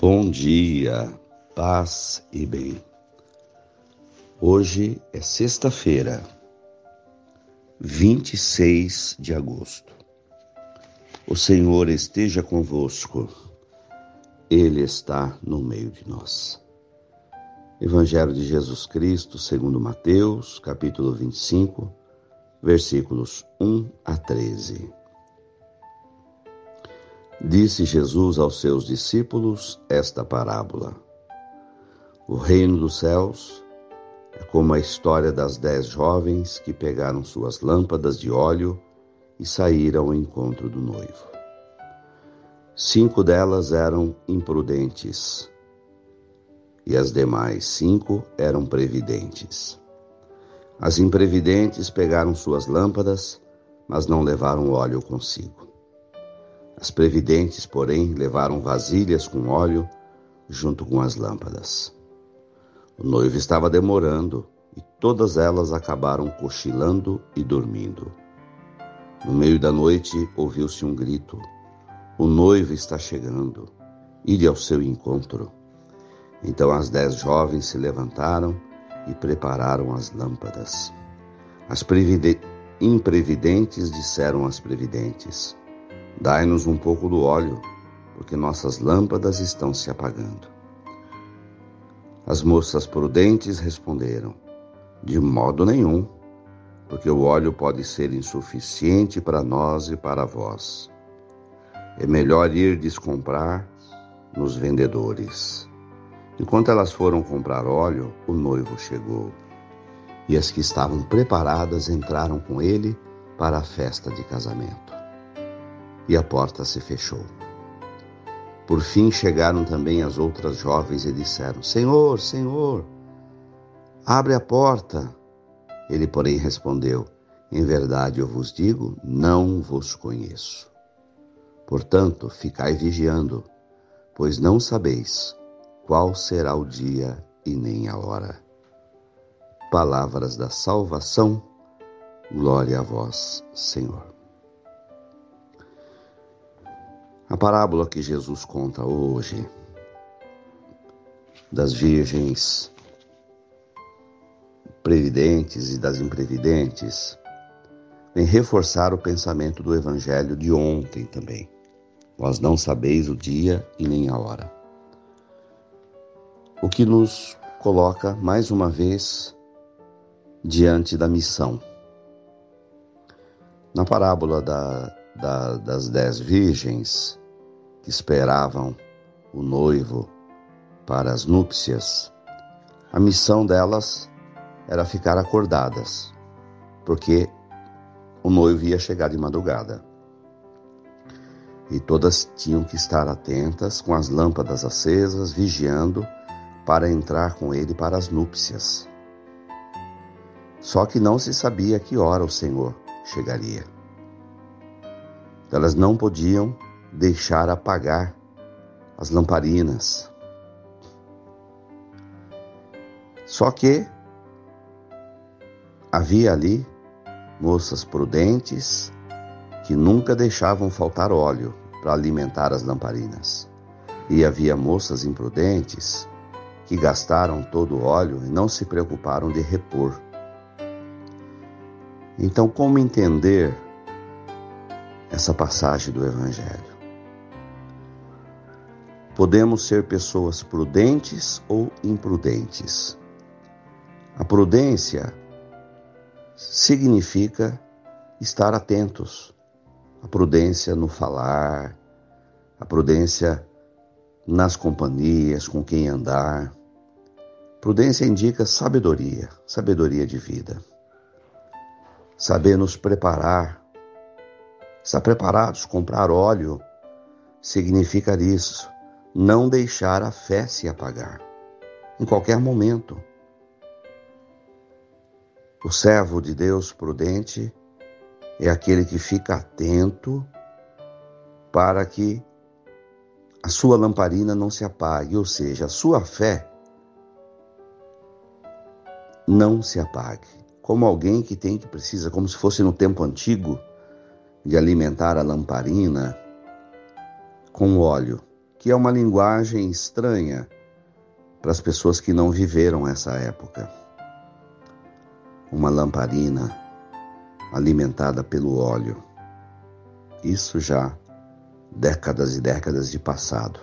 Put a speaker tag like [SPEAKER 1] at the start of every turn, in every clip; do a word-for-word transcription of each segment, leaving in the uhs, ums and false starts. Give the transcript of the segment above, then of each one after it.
[SPEAKER 1] Bom dia, paz e bem. Hoje é sexta-feira, vinte e seis de agosto. O Senhor esteja convosco, Ele está no meio de nós. Evangelho de Jesus Cristo, segundo Mateus, capítulo vinte e cinco, versículos um a treze. Disse Jesus aos seus discípulos esta parábola: O reino dos céus é como a história das dez jovens que pegaram suas lâmpadas de óleo e saíram ao encontro do noivo. Cinco delas eram imprudentes e as demais cinco eram previdentes. As imprevidentes pegaram suas lâmpadas, mas não levaram óleo consigo. As previdentes, porém, levaram vasilhas com óleo junto com as lâmpadas. O noivo estava demorando e todas elas acabaram cochilando e dormindo. No meio da noite ouviu-se um grito: O noivo está chegando, ide ao seu encontro. Então as dez jovens se levantaram e prepararam as lâmpadas. As imprevidentes disseram às previdentes: Dai-nos um pouco do óleo, porque nossas lâmpadas estão se apagando. As moças prudentes responderam: De modo nenhum, porque o óleo pode ser insuficiente para nós e para vós. É melhor ir descomprar nos vendedores. Enquanto elas foram comprar óleo, o noivo chegou. E as que estavam preparadas entraram com ele para a festa de casamento. E a porta se fechou. Por fim chegaram também as outras jovens e disseram: Senhor, Senhor, abre a porta. Ele, porém, respondeu: Em verdade eu vos digo, não vos conheço. Portanto, ficai vigiando, pois não sabeis qual será o dia e nem a hora. Palavras da salvação, glória a vós, Senhor. A parábola que Jesus conta hoje das virgens previdentes e das imprevidentes vem reforçar o pensamento do Evangelho de ontem também. Vós não sabeis o dia e nem a hora. O que nos coloca mais uma vez diante da missão. Na parábola da, da, das dez virgens que esperavam o noivo para as núpcias, a missão delas era ficar acordadas, porque o noivo ia chegar de madrugada. E todas tinham que estar atentas, com as lâmpadas acesas, vigiando para entrar com ele para as núpcias. Só que não se sabia a que hora o Senhor chegaria. Elas não podiam deixar apagar as lamparinas. Só que havia ali moças prudentes que nunca deixavam faltar óleo para alimentar as lamparinas. E havia moças imprudentes que gastaram todo o óleo e não se preocuparam de repor. Então, como entender essa passagem do Evangelho? Podemos ser pessoas prudentes ou imprudentes. A prudência significa estar atentos. A prudência no falar, a prudência nas companhias, com quem andar. Prudência indica sabedoria, sabedoria de vida. Saber nos preparar. Estar preparados, comprar óleo, significa isso. Não deixar a fé se apagar, em qualquer momento. O servo de Deus prudente é aquele que fica atento para que a sua lamparina não se apague, ou seja, a sua fé não se apague. Como alguém que tem que precisa, como se fosse no tempo antigo, de alimentar a lamparina com óleo. que é uma linguagem estranha para as pessoas que não viveram essa época. Uma lamparina alimentada pelo óleo. Isso já décadas e décadas de passado.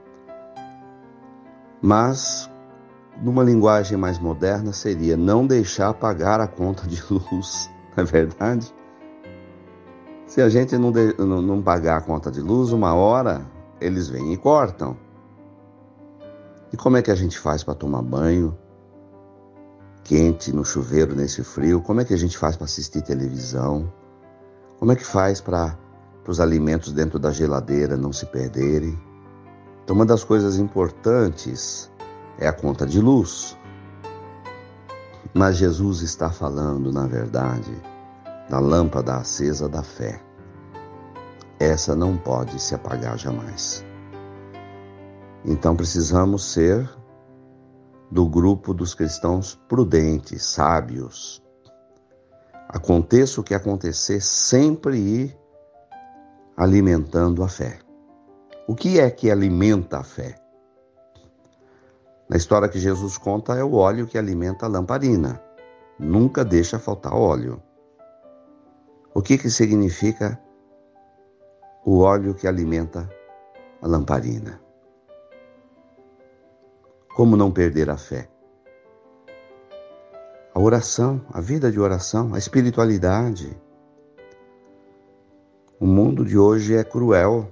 [SPEAKER 1] Mas, numa linguagem mais moderna, seria não deixar pagar a conta de luz, não é verdade? Se a gente não, de, não, não pagar a conta de luz, uma hora eles vêm e cortam. E como é que a gente faz para tomar banho quente no chuveiro nesse frio? Como é que a gente faz para assistir televisão? Como é que faz para os alimentos dentro da geladeira não se perderem? Então, uma das coisas importantes é a conta de luz. Mas Jesus está falando, na verdade, da lâmpada acesa da fé. Essa não pode se apagar jamais. Então precisamos ser do grupo dos cristãos prudentes, sábios. Aconteça o que acontecer, sempre ir alimentando a fé. O que é que alimenta a fé? Na história que Jesus conta, é o óleo que alimenta a lamparina. Nunca deixa faltar óleo. O que que significa o óleo que alimenta a lamparina? Como não perder a fé? A oração, a vida de oração, a espiritualidade. O mundo de hoje é cruel.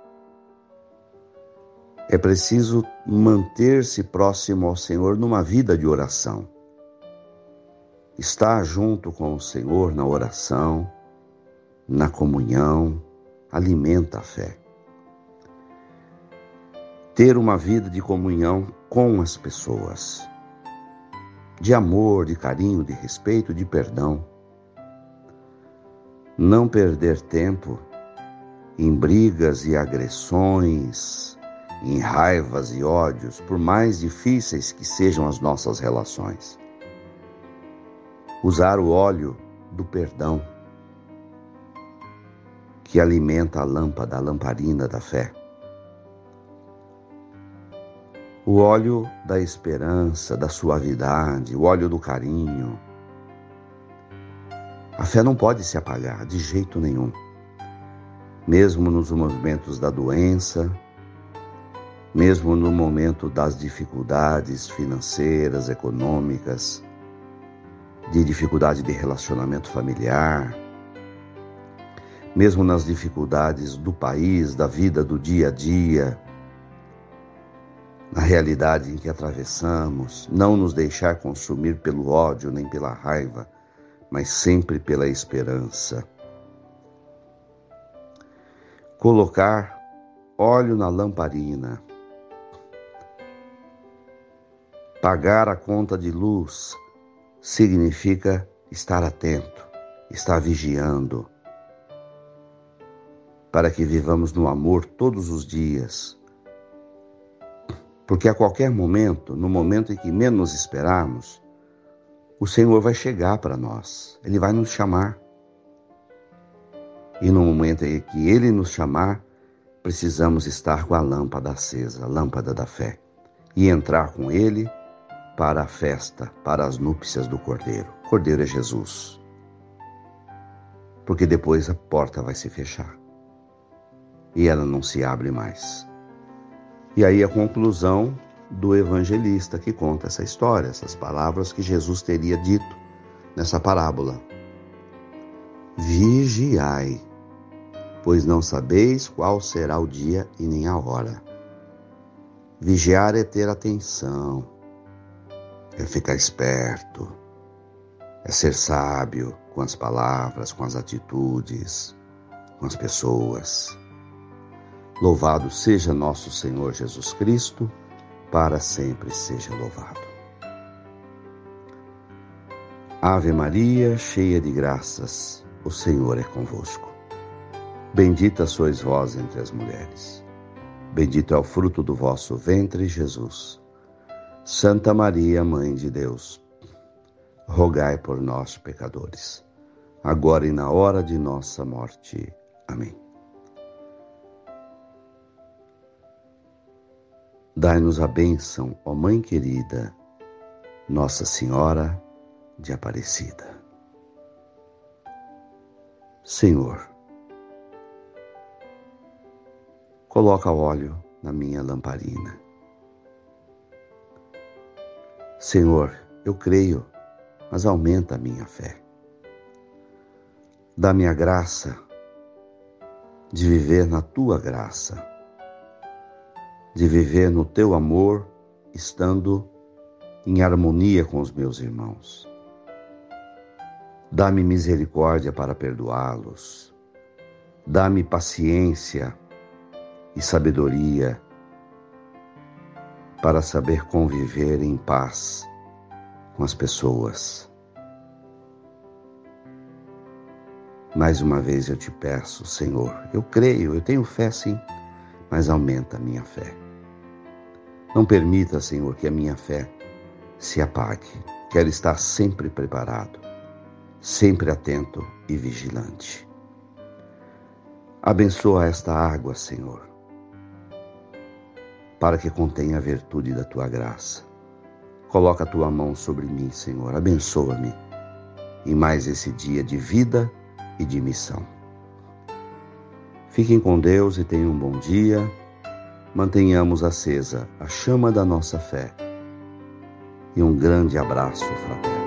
[SPEAKER 1] É preciso manter-se próximo ao Senhor numa vida de oração. Estar junto com o Senhor na oração, na comunhão, alimenta a fé. Ter uma vida de comunhão com as pessoas, de amor, de carinho, de respeito, de perdão. Não perder tempo em brigas e agressões, em raivas e ódios, por mais difíceis que sejam as nossas relações. Usar o óleo do perdão, que alimenta a lâmpada, a lamparina da fé. O óleo da esperança, da suavidade, o óleo do carinho. A fé não pode se apagar de jeito nenhum. Mesmo nos momentos da doença, mesmo no momento das dificuldades financeiras, econômicas, de dificuldade de relacionamento familiar, mesmo nas dificuldades do país, da vida do dia a dia, na realidade em que atravessamos, não nos deixar consumir pelo ódio nem pela raiva, mas sempre pela esperança. Colocar óleo na lamparina, pagar a conta de luz, significa estar atento, estar vigiando, para que vivamos no amor todos os dias. Porque a qualquer momento, no momento em que menos esperarmos, o Senhor vai chegar para nós, Ele vai nos chamar. E no momento em que Ele nos chamar, precisamos estar com a lâmpada acesa, a lâmpada da fé, e entrar com Ele para a festa, para as núpcias do Cordeiro. O Cordeiro é Jesus. Porque depois a porta vai se fechar e ela não se abre mais. E aí a conclusão do evangelista que conta essa história, essas palavras que Jesus teria dito nessa parábola. Vigiai, pois não sabeis qual será o dia e nem a hora. Vigiar é ter atenção, é ficar esperto, é ser sábio com as palavras, com as atitudes, com as pessoas. Louvado seja nosso Senhor Jesus Cristo, para sempre seja louvado. Ave Maria, cheia de graças, o Senhor é convosco. Bendita sois vós entre as mulheres. Bendito é o fruto do vosso ventre, Jesus. Santa Maria, Mãe de Deus, rogai por nós, pecadores, agora e na hora de nossa morte. Amém. Dai-nos a bênção, ó Mãe querida, Nossa Senhora de Aparecida. Senhor, coloca óleo na minha lamparina. Senhor, eu creio, mas aumenta a minha fé. Dá-me a graça de viver na Tua graça, de viver no Teu amor, estando em harmonia com os meus irmãos. Dá-me misericórdia para perdoá-los. Dá-me paciência e sabedoria para saber conviver em paz com as pessoas. Mais uma vez eu te peço, Senhor, eu creio, eu tenho fé sim, mas aumenta a minha fé. Não permita, Senhor, que a minha fé se apague. Quero estar sempre preparado, sempre atento e vigilante. Abençoa esta água, Senhor, para que contenha a virtude da Tua graça. Coloca a Tua mão sobre mim, Senhor, abençoa-me em mais esse dia de vida e de missão. Fiquem com Deus e tenham um bom dia. Mantenhamos acesa a chama da nossa fé. E um grande abraço fraterno.